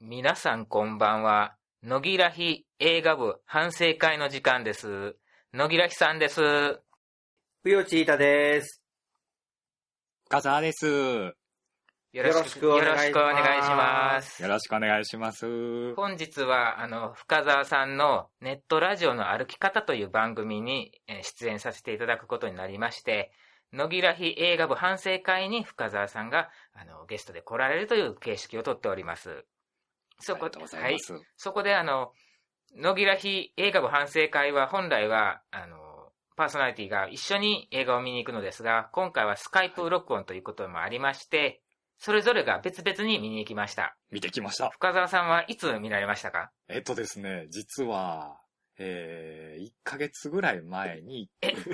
皆さんこんばんは。野木らひ映画部反省会の時間です。野木らひさんです。 ふよちいたです。 深澤です。 よろしくお願いします。 よろしくお願いします。 本日は深澤さんのネットラジオの歩き方という番組に出演させていただくことになりまして、野木らひ映画部反省会に深澤さんがゲストで来られるという形式をとっております。そこで野木らひ映画部反省会は本来はパーソナリティが一緒に映画を見に行くのですが、今回はスカイプ録音ということもありまして、それぞれが別々に見に行きました。 見てきました。 深澤さんはいつ見られましたか？ ですね、実は、1ヶ月ぐらい前に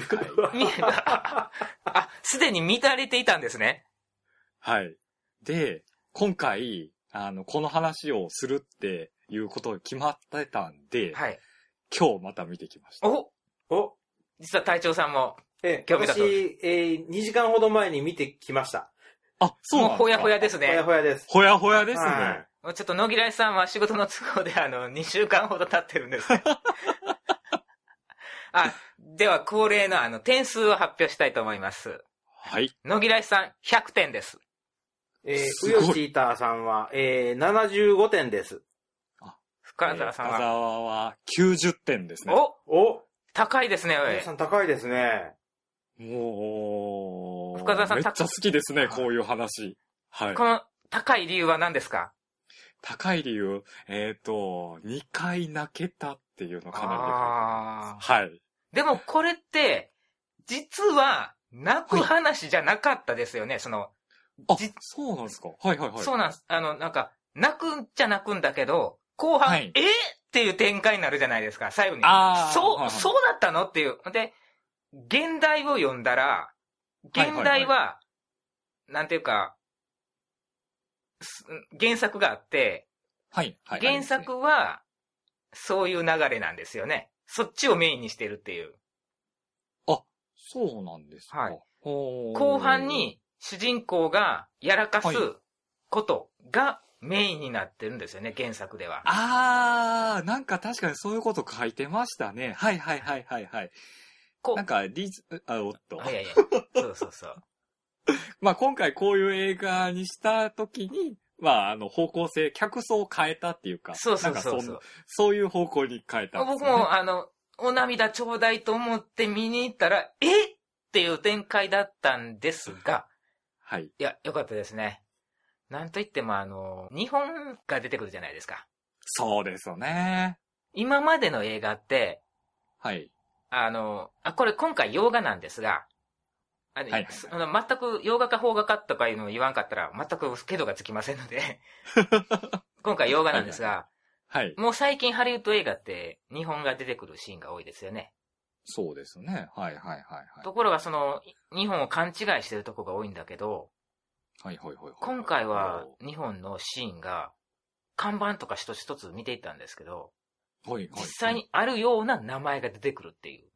すでに見られていたんですね。 はい。で、今回、この話をするっていうことが決まってたんで、 はい。 今日また見てきました。 実は隊長さんも、 今日見たと。私、2時間ほど前に見てきました。 あ、そうなんですか。 もうほやほやですね。 ほやほやです。 ほやほやですね。 はい、ちょっと野木らひさんは仕事の都合で2週間ほど経ってるんですね。では恒例の点数を発表したいと思います。 はい。 野木らひさん100点です。 ふよちいたさんは、75点です。 深澤さんは、 深澤は90点ですね。 高いですね、 皆さん高いですね。 もう、 深澤さんめっちゃ好きですね、こういう話。はい。 この高い理由は何ですか？ 高い理由、2回泣けたっていうのかなりでかい。はい。 でもこれって、実は、泣く話じゃなかったですよね、 そうなんですか。はいはいはい。 そうなんです。泣くんじゃ泣くんだけど、後半、っていう展開になるじゃないですか、最後に。そうだったのっていう。で、現代を読んだら、現代は、なんていうか、原作があって、原作は、そういう流れなんですよね。そっちをメインにしてるっていう。 あ、そうなんですか。はい。 後半に主人公がやらかすことがメインになってるんですよね、原作では。 なんか確かにそういうこと書いてましたね。はいはいはいはいはい。なんかおっと。 いやそう。 まあ今回こういう映画にしたときに、まあ方向性、客層を変えたっていうか。そういう方向に変えたんですね。 僕もお涙ちょうだいと思って見に行ったら、っていう展開だったんですが、 はい。いや、よかったですね。なんといっても日本が出てくるじゃないですか。 そうですよね。 今までの映画って、 はい。 これ今回洋画なんですが、全く洋画か邦画かとかいうのを言わんかったら全くけどがつきませんので、今回洋画なんですが、 はい。 もう最近ハリウッド映画って日本が出てくるシーンが多いですよね。 そうですね。はいはいはい、はい。 ところが日本を勘違いしてるとこが多いんだけど、今回は日本のシーンが看板とか一つ一つ見ていったんですけど、実際にあるような名前が出てくるっていう。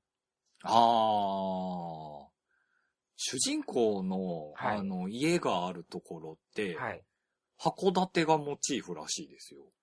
主人公の、家があるところって、函館がモチーフらしいですよ。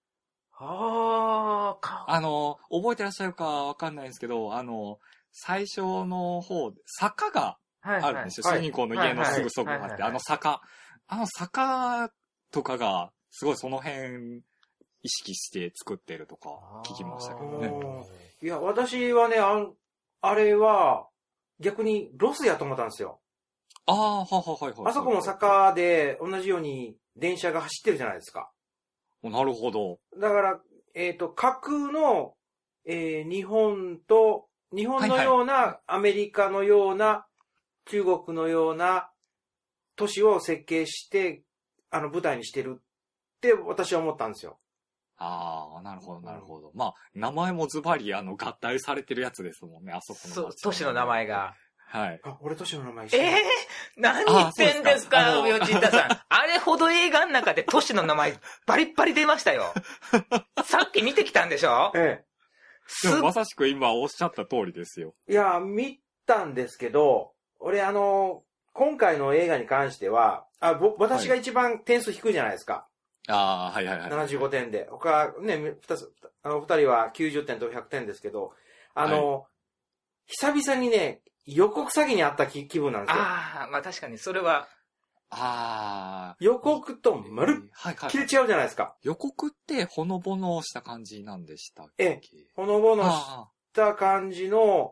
覚えてらっしゃるかわかんないんですけど、最初の方、坂があるんですよ。主人公の家のすぐそばにあって、坂とかが、すごいその辺、意識して作ってるとか聞きましたけどね。 いや、私はね、あれは、逆にロスやと思ったんですよ。あそこも坂で同じように電車が走ってるじゃないですか。 なるほど。 だから、架空の、日本のような、アメリカのような、中国のような都市を設計して、舞台にしてるって私は思ったんですよ。 なるほど、なるほど。まあ、名前もズバリ、合体されてるやつですもんね、あそこの。 そう、都市の名前が。 はい。 俺都市の名前何言ってんですか、うよちんたさん。あれほど映画の中で都市の名前バリッバリ出ましたよ。さっき見てきたんでしょ？ でもまさしく今おっしゃった通りですよ。 いや、見たんですけど、俺今回の映画に関しては、私が一番点数低いじゃないですか。 ああ、はいはいはい。 75点で。他、ね、二人は90点と100点ですけど、久々にね、予告詐欺にあった気分なんですよ。 ああ、まあ確かにそれは。 予告とまるっきり違うじゃないですか。 予告ってほのぼのした感じなんでしたっけ？ ほのぼのした感じの、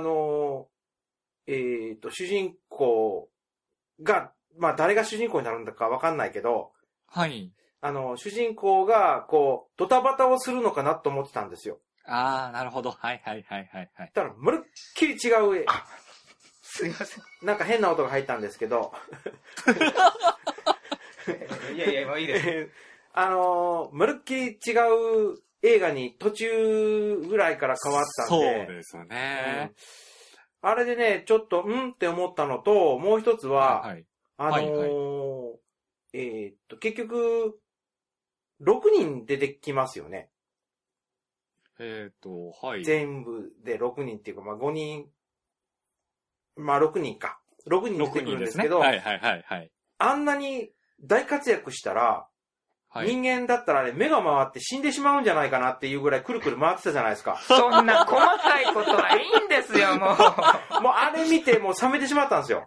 主人公が、まあ誰が主人公になるんだかわかんないけど、 はい。 主人公が、こう、ドタバタをするのかなと思ってたんですよ。 ああ、なるほど。はいはいはいはいはい。 だから、まるっきり違う絵。 すいません。 なんか変な音が入ったんですけど。 いやいや、もういいです。 まるっきり違う映画に途中ぐらいから変わったんで。 そうですよね。 あれでね、ちょっと、って思ったのと、もう一つは、結局、6人出てきますよね。 はい。 全部で6人っていうか、まあ5人、まあ6人か。6人出てくるんですけど、 はいはいはいはい。 あんなに大活躍したら、人間だったらね、目が回って死んでしまうんじゃないかなっていうぐらいくるくる回ってたじゃないですか。 そんな細かいことはいいんですよ、もう。 もうあれ見てもう冷めてしまったんですよ。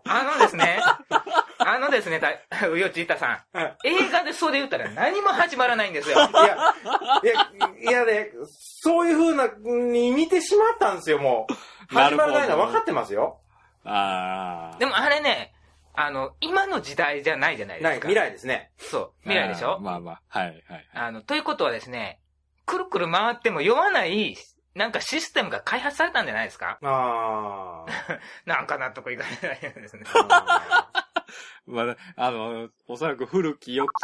ですね、うよちいたさん。映画でそれ言ったら何も始まらないんですよ。 いやね、そういう風なに見てしまったんですよ、もう。始まらないのは分かってますよ。 でもあれね、今の時代じゃないじゃないですか。 未来ですね。 そう、未来でしょ？ まあまあ、はいはい。 ということはですね、くるくる回っても酔わない、なんかシステムが開発されたんじゃないですか？なんか納得いかないですね。 まあ、おそらく古き良き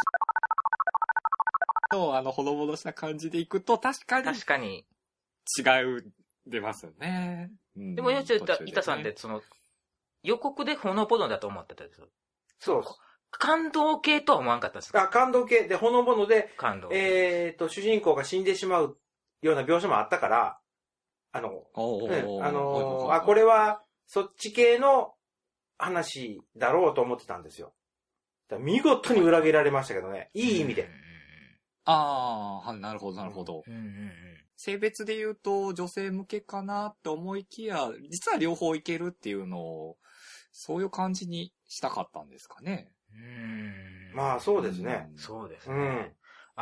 と、ほのぼのした感じでいくと、確かに。出ますよね。 でも、よちいたさんって、予告でほのぼのだと思ってたんですよ。 そうです。 感動系とは思わんかったですか？ 感動系で、ほのぼので、 主人公が死んでしまうような描写もあったから、これは、そっち系の話だろうと思ってたんですよ。見事に裏切られましたけどね。いい意味で。 なるほどなるほど。性別で言うと女性向けかなって思いきや、実は両方いけるっていうのを、そういう感じにしたかったんですかね。 まあそうですね。 そうですね。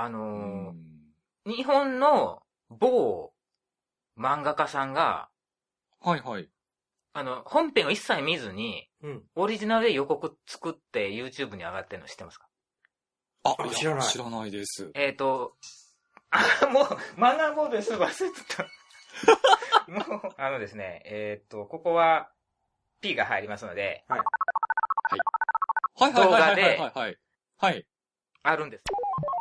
日本の某漫画家さんが、 はいはい。 本編を一切見ずに、オリジナルで予告作って YouTube に上がってるの知ってますか？ 知らない。 知らないです。 もう、学ぼうですぐ忘れてた。もう、ですね、ここは P が入りますので、 はい。 動画で、 はい。 あるんです。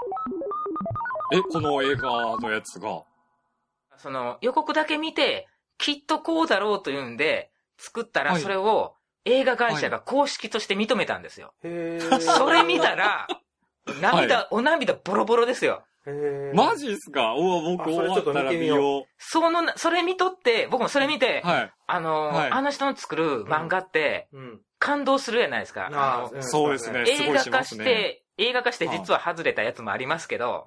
この映画のやつが予告だけ見て、きっとこうだろうというんで、作ったらそれを映画会社が公式として認めたんですよ。それ見たら、お涙ボロボロですよ。 マジっすか？僕終わったら見よう。 それ見とって、僕もそれ見て、あの人の作る漫画って、感動するじゃないですか。 そうですね。 映画化して実は外れたやつもありますけど、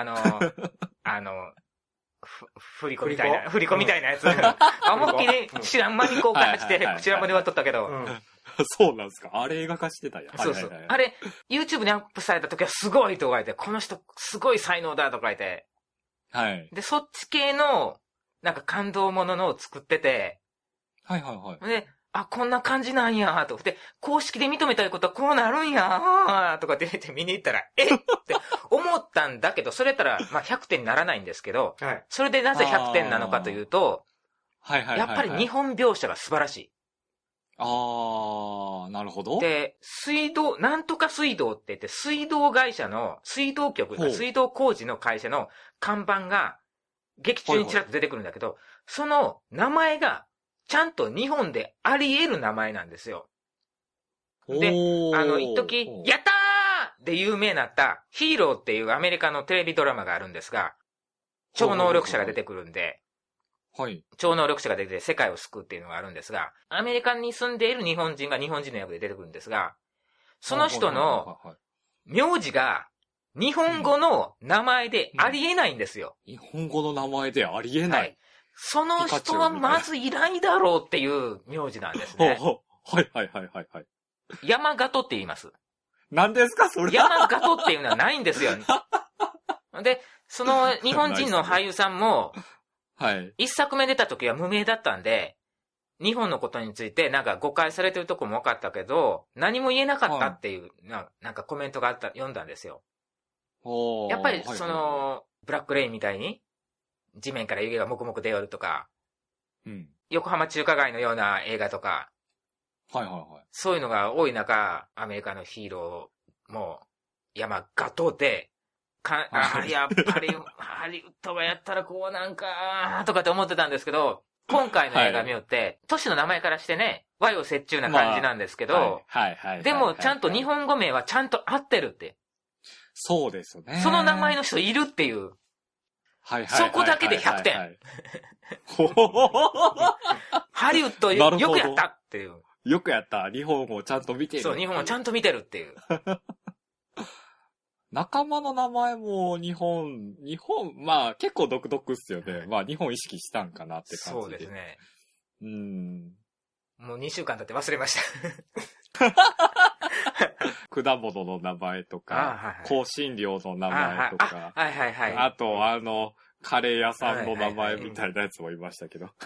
振り子みたいなやつ。思いっきり知らん間に公開して、知らん間に終わっとったけど。 そうなんですか？あれ映画化してたやん。 そうそう。あれ、YouTube にアップされた時はすごいとか言って、この人すごい才能だとか言って。 はい。 で、そっち系の、なんか感動もののを作ってて。で、こんな感じなんやと。で、公式で認めたいことはこうなるんやとかって言って見に行ったら、って思ったんだけど、それやったら、まあ100点にならないんですけど、それでなぜ100点なのかというと、やっぱり日本描写が素晴らしい。 なるほど。 で、なんとか水道って言って、水道会社の、水道工事の会社の看板が、劇中にちらっと出てくるんだけど、その名前が、ちゃんと日本であり得る名前なんですよ。で、一時、やったーで有名になったヒーローっていうアメリカのテレビドラマがあるんですが、超能力者が出てくるんで、超能力者が出て世界を救うっていうのがあるんですが、アメリカに住んでいる日本人が日本人の役で出てくるんですが、その人の名字が日本語の名前でありえないんですよ。 日本語の名前でありえない。はい、 その人はまずいないだろうっていう名字なんですね。 はいはいはいはいはい。 山形って言います。 何ですかそれ。 山形っていうのはないんですよ。で、その日本人の俳優さんも、 はい。 一作目出た時は無名だったんで、日本のことについてなんか誤解されてるとこも多かったけど、何も言えなかったっていう、なんかコメントが読んだんですよ。やっぱりその、ブラックレインみたいに、地面から湯気がもくもく出よるとか、 うん、 横浜中華街のような映画とか、 はいはいはい。 そういうのが多い中、アメリカのヒーローも山形で、やっぱりハリウッドがやったらこうなんか、とかって思ってたんですけど、今回の映画見よって、都市の名前からしてね、和洋折衷な感じなんですけど、でもちゃんと日本語名はちゃんと合ってるって。 そうですよね。 その名前の人いるっていう。そこだけで100点。ハリウッドよくやったっていう。 よくやった。日本をちゃんと見てる。 そう、日本をちゃんと見てるっていう。 仲間の名前も日本、まあ結構独特っすよね。まあ日本意識したんかなって感じで。 そうですね。 もう2週間経って忘れました。 果物の名前とか、香辛料の名前とか、あとカレー屋さんの名前みたいなやつもいましたけど。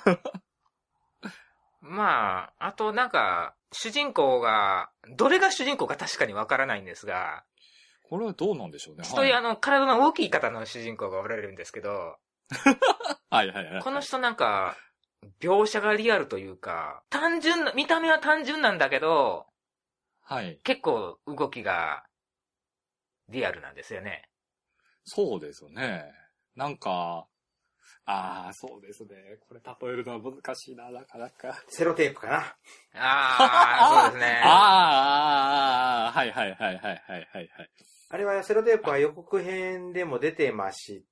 まあ、あとなんか、主人公が、どれが主人公か確かにわからないんですが、 これはどうなんでしょうね。 一人体の大きい方の主人公がおられるんですけど、この人なんか、描写がリアルというか、見た目は単純なんだけど、結構動きがリアルなんですよね。 そうですよね。なんか、そうですね。これ例えるのは難しいな、なかなか。 セロテープかな。 そうですね。 はいはいはいはいはいはい。 あれはセロテープは予告編でも出てました。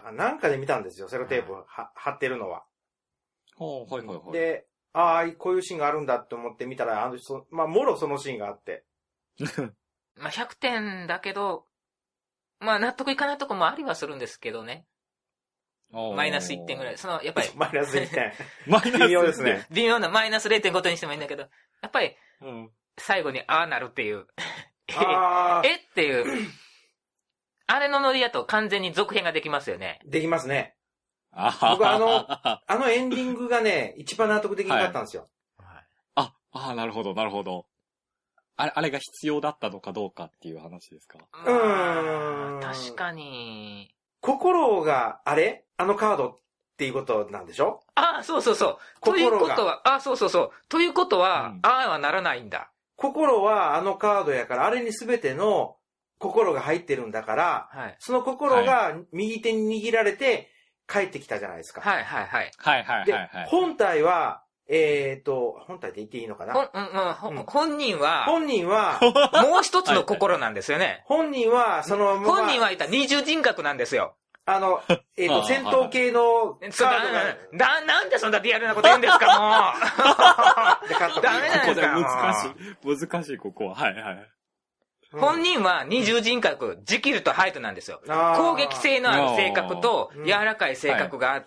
なんかで見たんですよ、セロテープ貼ってるのは。 はいはいはい。 で、こういうシーンがあるんだって思って見たら、もろそのシーンがあって。 まあ100点だけど、まあ納得いかないとこもありはするんですけどね。マイナス1点ぐらい。やっぱり。 マイナス1点。 微妙ですね。 微妙なマイナス 0.5 点にしてもいいんだけど、やっぱり、最後になるっていう。っていう。あれのノリだと完全に続編ができますよね。 できますね。僕エンディングがね、一番納得できなかったんですよ。 なるほど、なるほど。あれが必要だったのかどうかっていう話ですか？ 確かに。 心があのカードっていうことなんでしょ？ そうそうそう。ということは、そうそうそう。ということは、はならないんだ。 心はあのカードやから、あれに全ての心が入ってるんだから、その心が右手に握られて帰ってきたじゃないですか。で、本体は、本体で言っていいのかな？ 本人は、もう一つの心なんですよね。 本人は、 本人は二重人格なんですよ。 戦闘系のカードが。 なんでそんなリアルなこと言うんですか、もう。ダメなんですか。 難しい、ここは。はいはい。 本人は二重人格、ジキルとハイドなんですよ。攻撃性のある性格と柔らかい性格があって、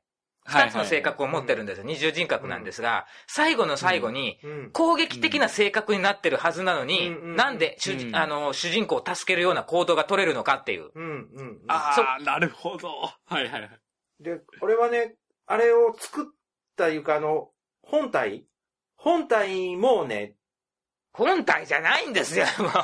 二つの性格を持ってるんですよ。二重人格なんですが、最後の最後に、攻撃的な性格になってるはずなのに、なんで主人公を助けるような行動が取れるのかっていう。 なるほど。はいはいはい。 で、俺はね、あれを作ったいうか、本体もね、 本体じゃないんですよ、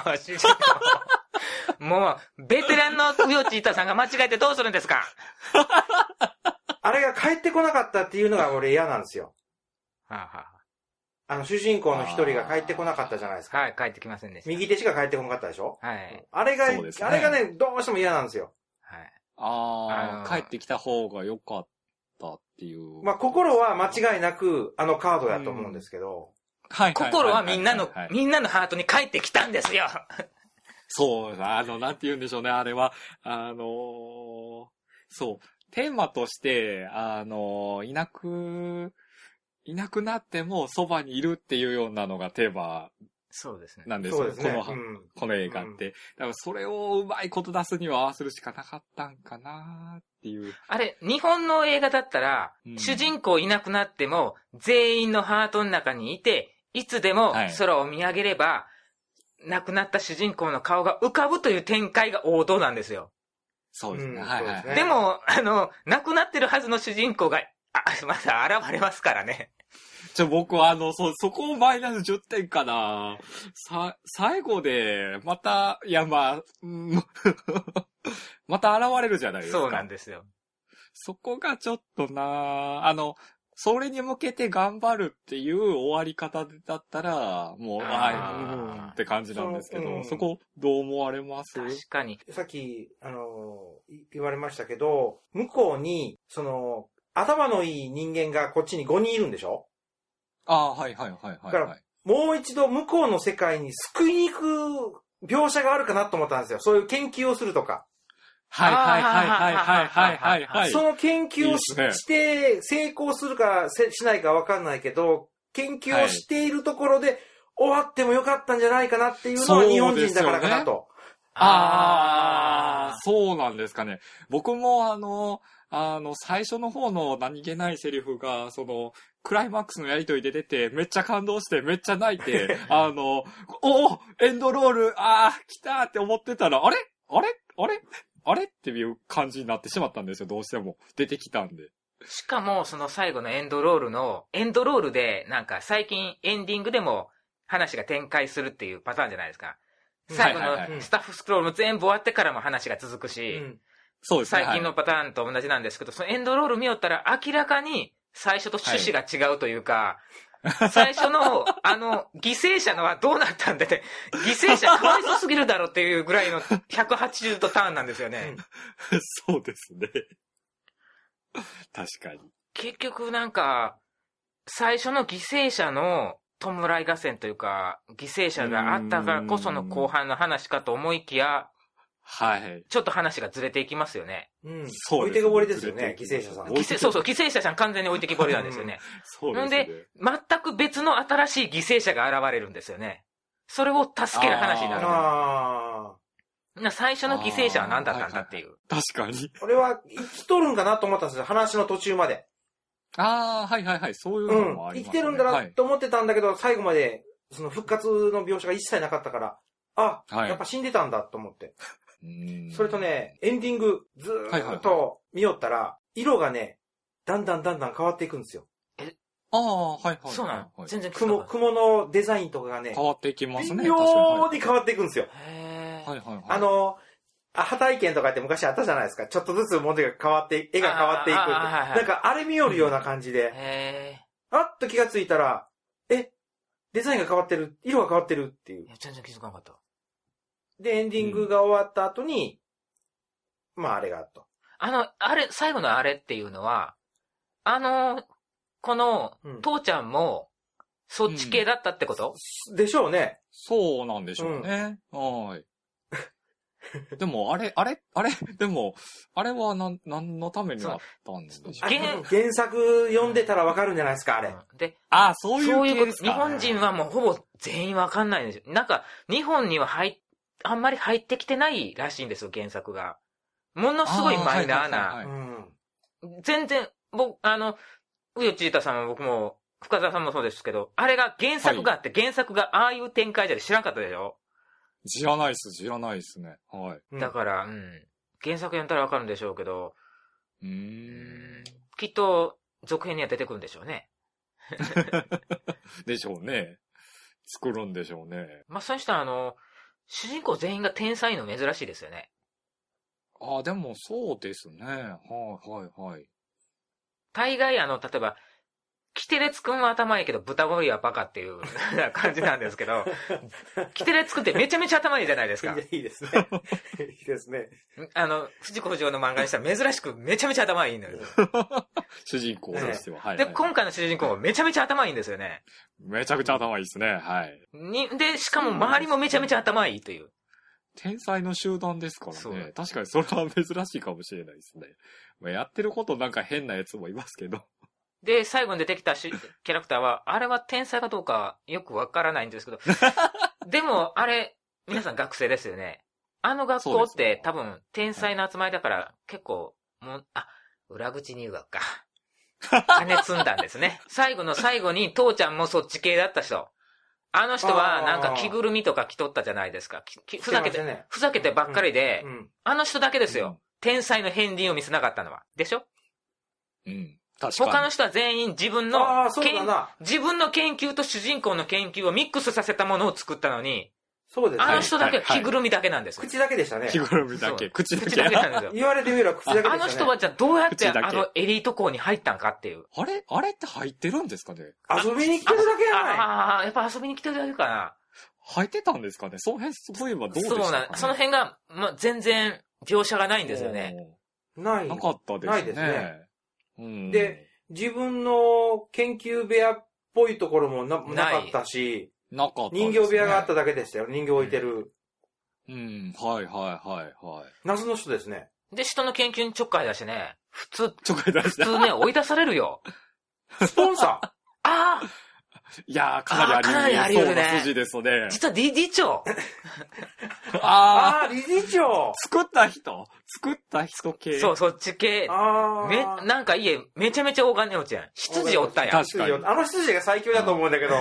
もう、ベテランのウヨチータさんが間違えてどうするんですか？ あれが帰ってこなかったっていうのが俺嫌なんですよ。主人公の一人が帰ってこなかったじゃないですか。 帰ってきませんでした。 右手しか帰ってこなかったでしょ？あれがね、どうしても嫌なんですよ。 帰ってきた方が良かったっていう。 心は間違いなくカードやと思うんですけど。 心はみんなのハートに帰ってきたんですよ。 そう、なんて言うんでしょうね、あれは。そう、テーマとして、いなくなってもそばにいるっていうようなのがテーマそうですね。 なんですよ、 そうですね。 この映画って。だからそれをうまいこと出すには合わせるしかなかったんかなっていう。 あれ、日本の映画だったら、主人公いなくなっても、全員のハートの中にいて、いつでも空を見上げれば、亡くなった主人公の顔が浮かぶという展開が王道なんですよ。 そうですね。はいはい。 でも、亡くなってるはずの主人公が、また現れますからね。 僕はそこをマイナス10点かな。最後で、また、いやまあ、また現れるじゃないですか。 そうなんですよ。 そこがちょっとな、それに向けて頑張るっていう終わり方だったら、もう、って感じなんですけど、そこどう思われます？ 確かに。 さっき、言われましたけど、向こうに、頭のいい人間がこっちに5人いるんでしょ？ はいはいはいはい。 だから、もう一度向こうの世界に救いに行く描写があるかなと思ったんですよ。そういう研究をするとか。 はいはいはいはいはいはいはい。 その研究をして成功するかしないかわかんないけど、研究をしているところで終わってもよかったんじゃないかなっていうのは日本人だからかなと。 そうなんですかね。僕も最初の方の何気ないセリフが、クライマックスのやりとりで出て、めっちゃ感動して、めっちゃ泣いて、エンドロール、来たって思ってたら、あれっていう感じになってしまったんですよ、どうしても。出てきたんで。 しかも、その最後のエンドロールで、なんか最近エンディングでも話が展開するっていうパターンじゃないですか。最後のスタッフスクロールも全部終わってからも話が続くし、 そうですね。 最近のパターンと同じなんですけど、そのエンドロール見よったら明らかに最初と趣旨が違うというか、最初の、犠牲者のはどうなったんだって、犠牲者かわいそうすぎるだろっていうぐらいの180度ターンなんですよね。 そうですね。確かに。 結局なんか、最初の犠牲者の弔い合戦というか、犠牲者があったからこその後半の話かと思いきや、 はい。 ちょっと話がずれていきますよね。 そう。置いてけぼりですよね、犠牲者さん。 そうそう、犠牲者さん完全に置いてけぼりなんですよね。 そうですね。 なんで、全く別の新しい犠牲者が現れるんですよね。それを助ける話になる。最初の犠牲者は何だったんだっていう。 確かに。 俺は生きとるんかなと思ったんですよ、話の途中まで。 はいはいはい、そういうのもありますね。 生きてるんだなと思ってたんだけど、最後まで、その復活の描写が一切なかったから、やっぱ死んでたんだと思って。それとね、エンディングずーっと見よったら、色がね、だんだん変わっていくんですよ。 はいはい。 そうなの？全然雲のデザインとかがね、 変わっていきますね。 微妙に変わっていくんですよ。 はいはい。 アハ体験とかって昔あったじゃないですか。ちょっとずつ文字が変わって、絵が変わっていくって。なんかあれ見よるような感じで、あっと気がついたら、デザインが変わってる、色が変わってるっていう。 全然気づかなかった。 で、エンディングが終わった後に、あれがあった。 最後のあれっていうのは、この、父ちゃんも、そっち系だったってこと？ でしょうね。 そうなんでしょうね。はい。でも、でも、あれは何のためにあったんでしょう。 原作読んでたらわかるんじゃないですか、あれ。 で、 そういうことですか。 日本人はもうほぼ全員わかんないんですよ。なんか、日本にはあんまり入ってきてないらしいんですよ、原作が。ものすごいマイナーな。全然、うよちいたさんも僕も、深澤さんもそうですけど、あれが原作があって、原作がああいう展開じゃ知らなかったでしょ？ 知らないっすね。はい。 だから、原作読んだらわかるんでしょうけど、きっと、続編には出てくるんでしょうね。 でしょうね。作るんでしょうね。 そうしたら主人公全員が天才の珍しいですよね。 でもそうですね。はい。 大概例えば、キテレツくんは頭いいけど、豚ボリはバカっていう感じなんですけど、キテレツくんってめちゃめちゃ頭いいじゃないですか。 いいですね。いいですね。 藤子不二雄の漫画にしたら珍しくめちゃめちゃ頭いいんですよ。 主人公としては。はい。 で、今回の主人公もめちゃめちゃ頭いいんですよね。 めちゃくちゃ頭いいですね。はい。 で、しかも周りもめちゃめちゃ頭いいという。 天才の集団ですからね。確かにそれは珍しいかもしれないですね。やってることなんか変なやつもいますけど。 で、最後に出てきたキャラクターは、あれは天才かどうかよくわからないんですけど、 でも、あれ、皆さん学生ですよね。あの学校って多分、天才の集まりだから、結構、裏口入学か。金積んだんですね。最後の最後に、父ちゃんもそっち系だった人。あの人は、なんか着ぐるみとか着とったじゃないですか。ふざけてばっかりで、あの人だけですよ。天才の片鱗を見せなかったのは。でしょ？ うん。確かに。 他の人は全員自分の研究と主人公の研究をミックスさせたものを作ったのに、 そうですね。 あの人だけは着ぐるみだけなんですよ。 口だけでしたね。 着ぐるみだけ。口だけなんですよ。 言われてみれば口だけでしたね。 あの人はじゃあどうやってあのエリート校に入ったんかっていう。 あれって入ってるんですかね？ 遊びに来てるだけやない。 やっぱ遊びに来てるだけかな。 入ってたんですかね？その辺、そういえばどうでしたかね？ その辺が、全然描写がないんですよね。 なかったですね。 ないですね。で、自分の研究部屋っぽいところもなかったし、 なかった。 人形部屋があっただけでしたよ。人形置いてる。 はい。 謎の人ですね。 で、人の研究にちょっかい出してね、普通ね、追い出されるよ。 スポンサーいやー、かなりあり得るね。筋ですね。 実は理事長。 理事長。 作った人系。 そう、そっち系。なんか家、めちゃめちゃ大金持ちやん。執事おったやん。 確かに。 あの執事が最強だと思うんだけど。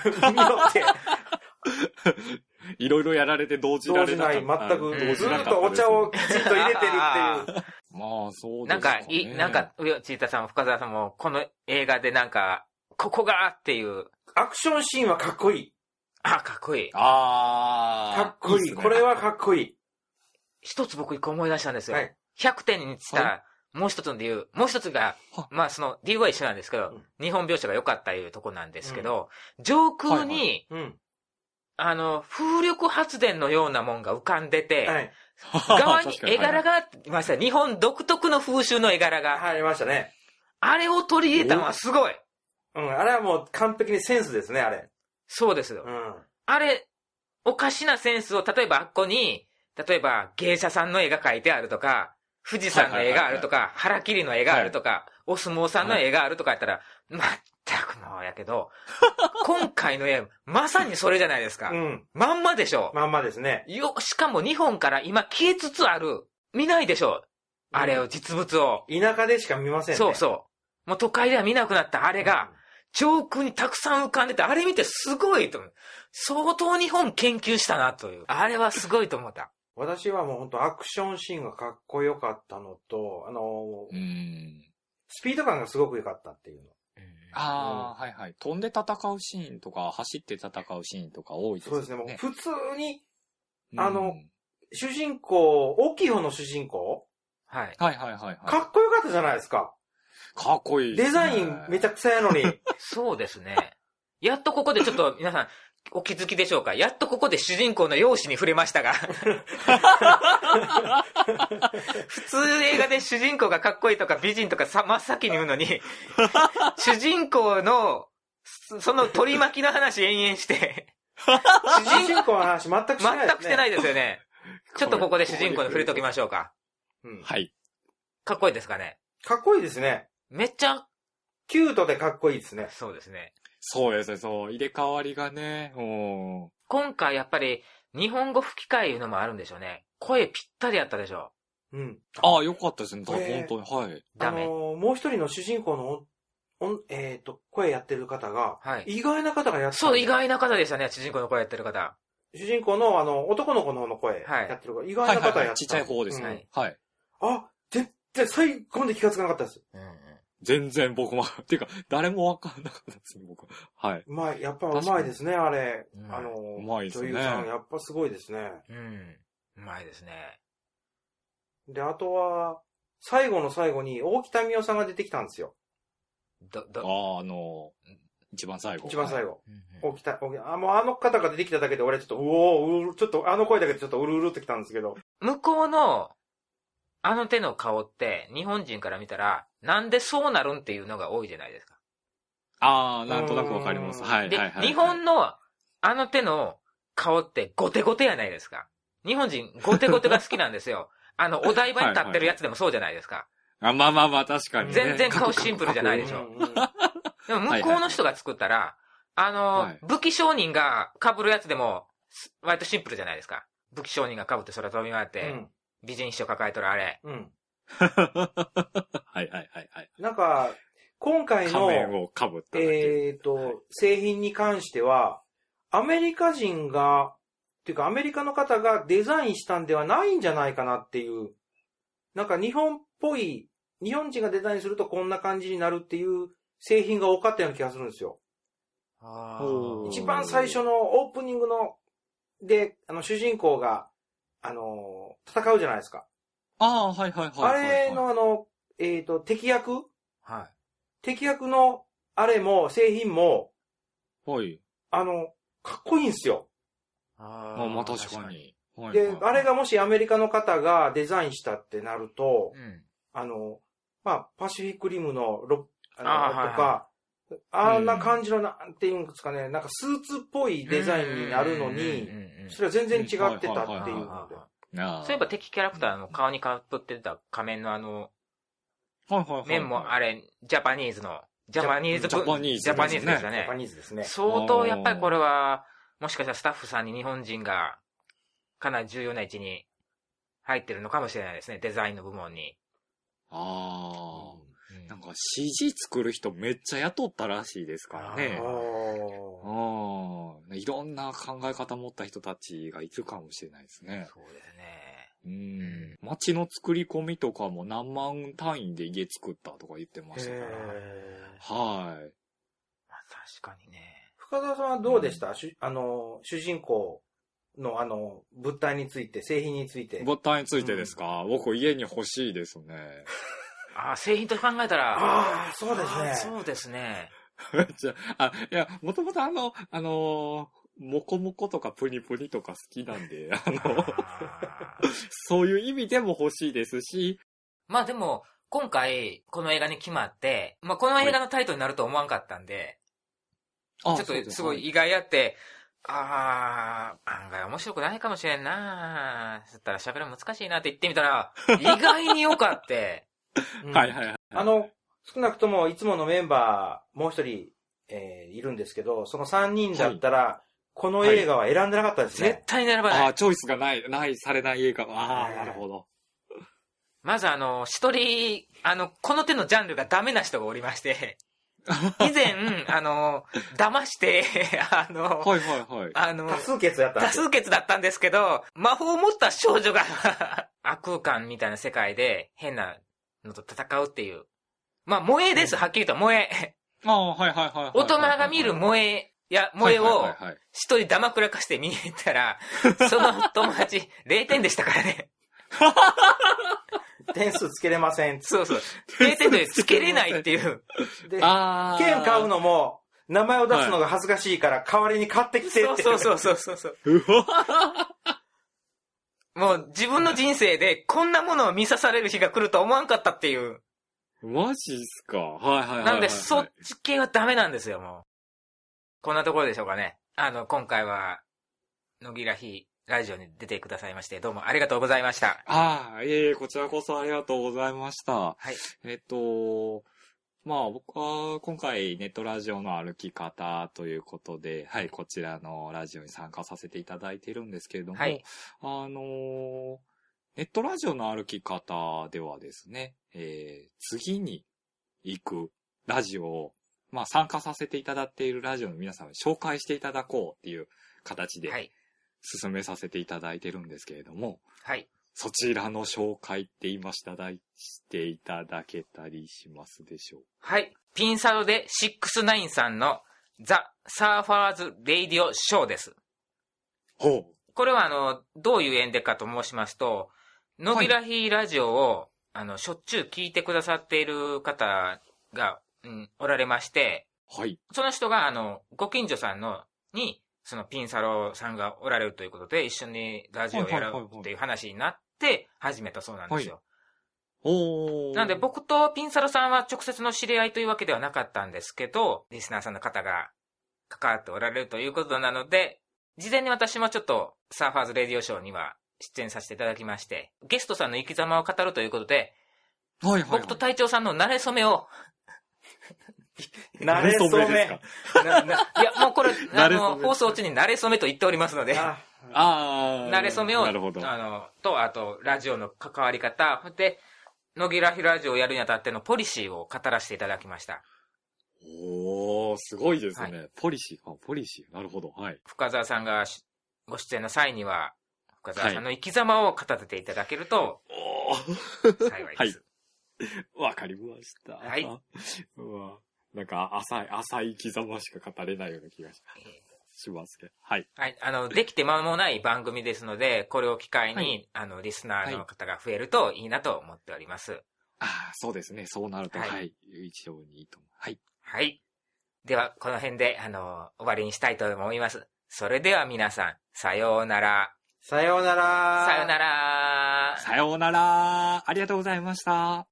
いろいろやられて動じられない。 全く、ずっとお茶をきちんと入れてるっていう。 まあ、そうですね。 なんか、ちいたさんも深澤さんも、この映画でなんか、ここがっていう。 アクションシーンはかっこいい。 かっこいい。 かっこいい。これはかっこいい。 一つ僕一個思い出したんですよ。100点にしたもう一つの理由。もう一つが、その理由は一緒なんですけど、日本描写が良かったいうとこなんですけど、上空に、風力発電のようなもんが浮かんでて、側に絵柄がありました。日本独特の風習の絵柄が。 ありましたね。 あれを取り入れたのはすごい。 あれはもう完璧にセンスですね、あれ。 そうですよ。あれ、おかしなセンスを、例えばあっこに、例えば芸者さんの絵が描いてあるとか、富士山の絵があるとか、腹切りの絵があるとか、お相撲さんの絵があるとかやったら、全くもうやけど、今回の絵、まさにそれじゃないですか。まんまでしょ。 まんまですね。 しかも日本から今消えつつある。見ないでしょ。あれを、実物を。 田舎でしか見ませんね。 そうそう。もう都会では見なくなったあれが、上空にたくさん浮かんでて、あれ見てすごいと思う。相当日本研究したなという。あれはすごいと思った。 私はもう本当アクションシーンがかっこよかったのと、スピード感がすごく良かったっていうの。 はいはい。飛んで戦うシーンとか、走って戦うシーンとか多いですね。 そうですね。もう普通に、主人公、大きい方の主人公はい。 かっこよかったじゃないですか。 かっこいい、 デザインめちゃくちゃやのに。 そうですね。やっとここでちょっと皆さんお気づきでしょうか。やっとここで主人公の容姿に触れましたが。普通映画で主人公がかっこいいとか美人とか真っ先に言うのに、主人公のその取り巻きの話延々して、 主人公の話全くしてないですね。 全くしてないですよね。ちょっとここで主人公に触れときましょうか。 はい。 かっこいいですかね。 かっこいいですね。 めっちゃキュートでかっこいいですね。 そうですね。 そうですね、そう。入れ替わりがね。 今回やっぱり日本語吹き替えいうのもあるんでしょうね。声ぴったりやったでしょ。 よかったですね。本当に。はい。 もう一人の主人公の声やってる方が、意外な方がやってる。 そう、意外な方でしたね、主人公の声やってる方。 主人公の男の子の方の声やってる方、意外な方やってる。 ちっちゃい方ですね。はい。 全然最後まで気がつかなかったです。 全然僕も、っていうか、誰もわかんなかったですね、僕。はい。 やっぱうまいですね、あれ。 うまいですね。 女優さん、やっぱすごいですね。 うまいですね。 で、あとは、最後の最後に、大木民生さんが出てきたんですよ。 一番最後。 一番最後。もうあの方が出てきただけで、俺ちょっと、ちょっとあの声だけでちょっとうるうるってきたんですけど。 向こうの、あの手の顔って、日本人から見たら、なんでそうなるんっていうのが多いじゃないですか。 なんとなくわかります。はい。 で、日本の、あの手の顔ってゴテゴテやないですか。日本人、ゴテゴテが好きなんですよ。お台場に立ってるやつでもそうじゃないですか。 まあ、確かに、ね。 全然顔シンプルじゃないでしょ。でも向こうの人が作ったら、武器商人が被るやつでも、 割とシンプルじゃないですか。武器商人が被って空飛び回って、美人秘書抱えとるあれ。 はいはいはいはい。 なんか、今回の、 仮面を被っただけ。 製品に関しては、アメリカ人が、っていうかアメリカの方がデザインしたんではないんじゃないかなっていう、なんか日本っぽい、日本人がデザインするとこんな感じになるっていう製品が多かったような気がするんですよ。一番最初のオープニングの、で、主人公が、戦うじゃないですか。 はいはいはい。 あれの敵役はい。 敵役の、あれも、製品も、 はい。 かっこいいんですよ。 まあ確かに。 で、あれがもしアメリカの方がデザインしたってなると、まあ、パシフィックリムのとか、あんな感じの、なんていうんですかね、なんかスーツっぽいデザインになるのに、それは全然違ってたっていうので。 そういえば敵キャラクターの顔にかぶってた仮面の面もあれ、ジャパニーズですね。相当やっぱりこれは、もしかしたらスタッフさんに日本人がかなり重要な位置に入ってるのかもしれないですね、デザインの部門に。 なんか CG 作る人めっちゃ雇ったらしいですからね。いろんな考え方持った人たちがいるかもしれないですね。 そうですね。 街の作り込みとかも何万単位で家作ったとか言ってましたから。はい。 確かにね。 深澤さんはどうでした、主人公の物体について、製品について。 物体についてですか、僕家に欲しいですね。 製品と考えたら。 そうですね。 そうですね。 いや、もともともこもことかプニプニとか好きなんで、そういう意味でも欲しいですし。 まあでも、今回、この映画に決まって、まあこの映画のタイトルになると思わんかったんで、ちょっとすごい意外あって、案外面白くないかもしれんなぁ。そしたら喋るの難しいなって言ってみたら、意外に良かって。 はいはいはい。 少なくともいつものメンバー、もう一人、いるんですけど、その3人だったら、この映画は選んでなかったですね。 絶対に選ばない。 チョイスがされない映画。なるほど。 まず一人、この手のジャンルがダメな人がおりまして、以前、騙して、 多数決だったんですけど、魔法を持った少女が悪空間みたいな世界で変なのと戦うっていう。まあ、萌えです、はっきりと萌え。大人が見る萌えを一人黙くらかして見に行ったら、その友達0点でしたからね。 点数つけれません。 そうそう。0点でつけれないっていう。 で、券買うのも、名前を出すのが恥ずかしいから、代わりに買ってきてって。 そう。もう自分の人生でこんなものを見さされる日が来ると思わんかったっていう。 マジっすか。はい。 なんで、そっち系はダメなんですよ、もう。こんなところでしょうかね。今回は、野木らひラジオに出てくださいまして、どうもありがとうございました。 こちらこそありがとうございました。 はい。 まあ僕は今回ネットラジオの歩き方ということで、はい、こちらのラジオに参加させていただいているんですけれども、 はい。 ネットラジオの歩き方ではですね、次に行くラジオを、まあ参加させていただいているラジオの皆さんに紹介していただこうっていう形で、進めさせていただいてるんですけれども、 はい。 そちらの紹介って今していただけたりしますでしょうか？ はい。ピンサロで69さんのザ・サーファーズ・レイディオ・ショーです。 ほう。 これはどういう縁でかと申しますと、野木らひラジオを、しょっちゅう聞いてくださっている方が、おられまして、 はい。 その人が、ご近所さんに、そのピンサロさんがおられるということで、一緒にラジオをやろうっていう話になって始めたそうなんですよ。なんで僕とピンサロさんは直接の知り合いというわけではなかったんですけど、リスナーさんの方が関わっておられるということなので、事前に私もちょっとサーファーズレディオショーには出演させていただきまして、ゲストさんの生き様を語るということで、僕と隊長さんの馴れ初めを慣れ初めですか？ いや、もうこれ、放送中に慣れ初めと言っておりますので、慣れ初めを、 なるほど。 あと、ラジオの関わり方、で、野木らひラジオをやるにあたってのポリシーを語らせていただきました。 おー、すごいですね。はい、ポリシー。なるほど。はい。 深澤さんがご出演の際には、深澤さんの生き様を語っていただけると、幸いです。 わかりました。 はい。 なんか、浅い生き様しか語れないような気がしますけど。はい。 はい。できて間もない番組ですので、これを機会に、リスナーの方が増えるといいなと思っております。 そうですね。そうなると、一応にいいと思う。はい。 はい。では、この辺で、終わりにしたいと思います。それでは皆さん、さようなら。 さようなら。 さようなら。 さようなら。ありがとうございました。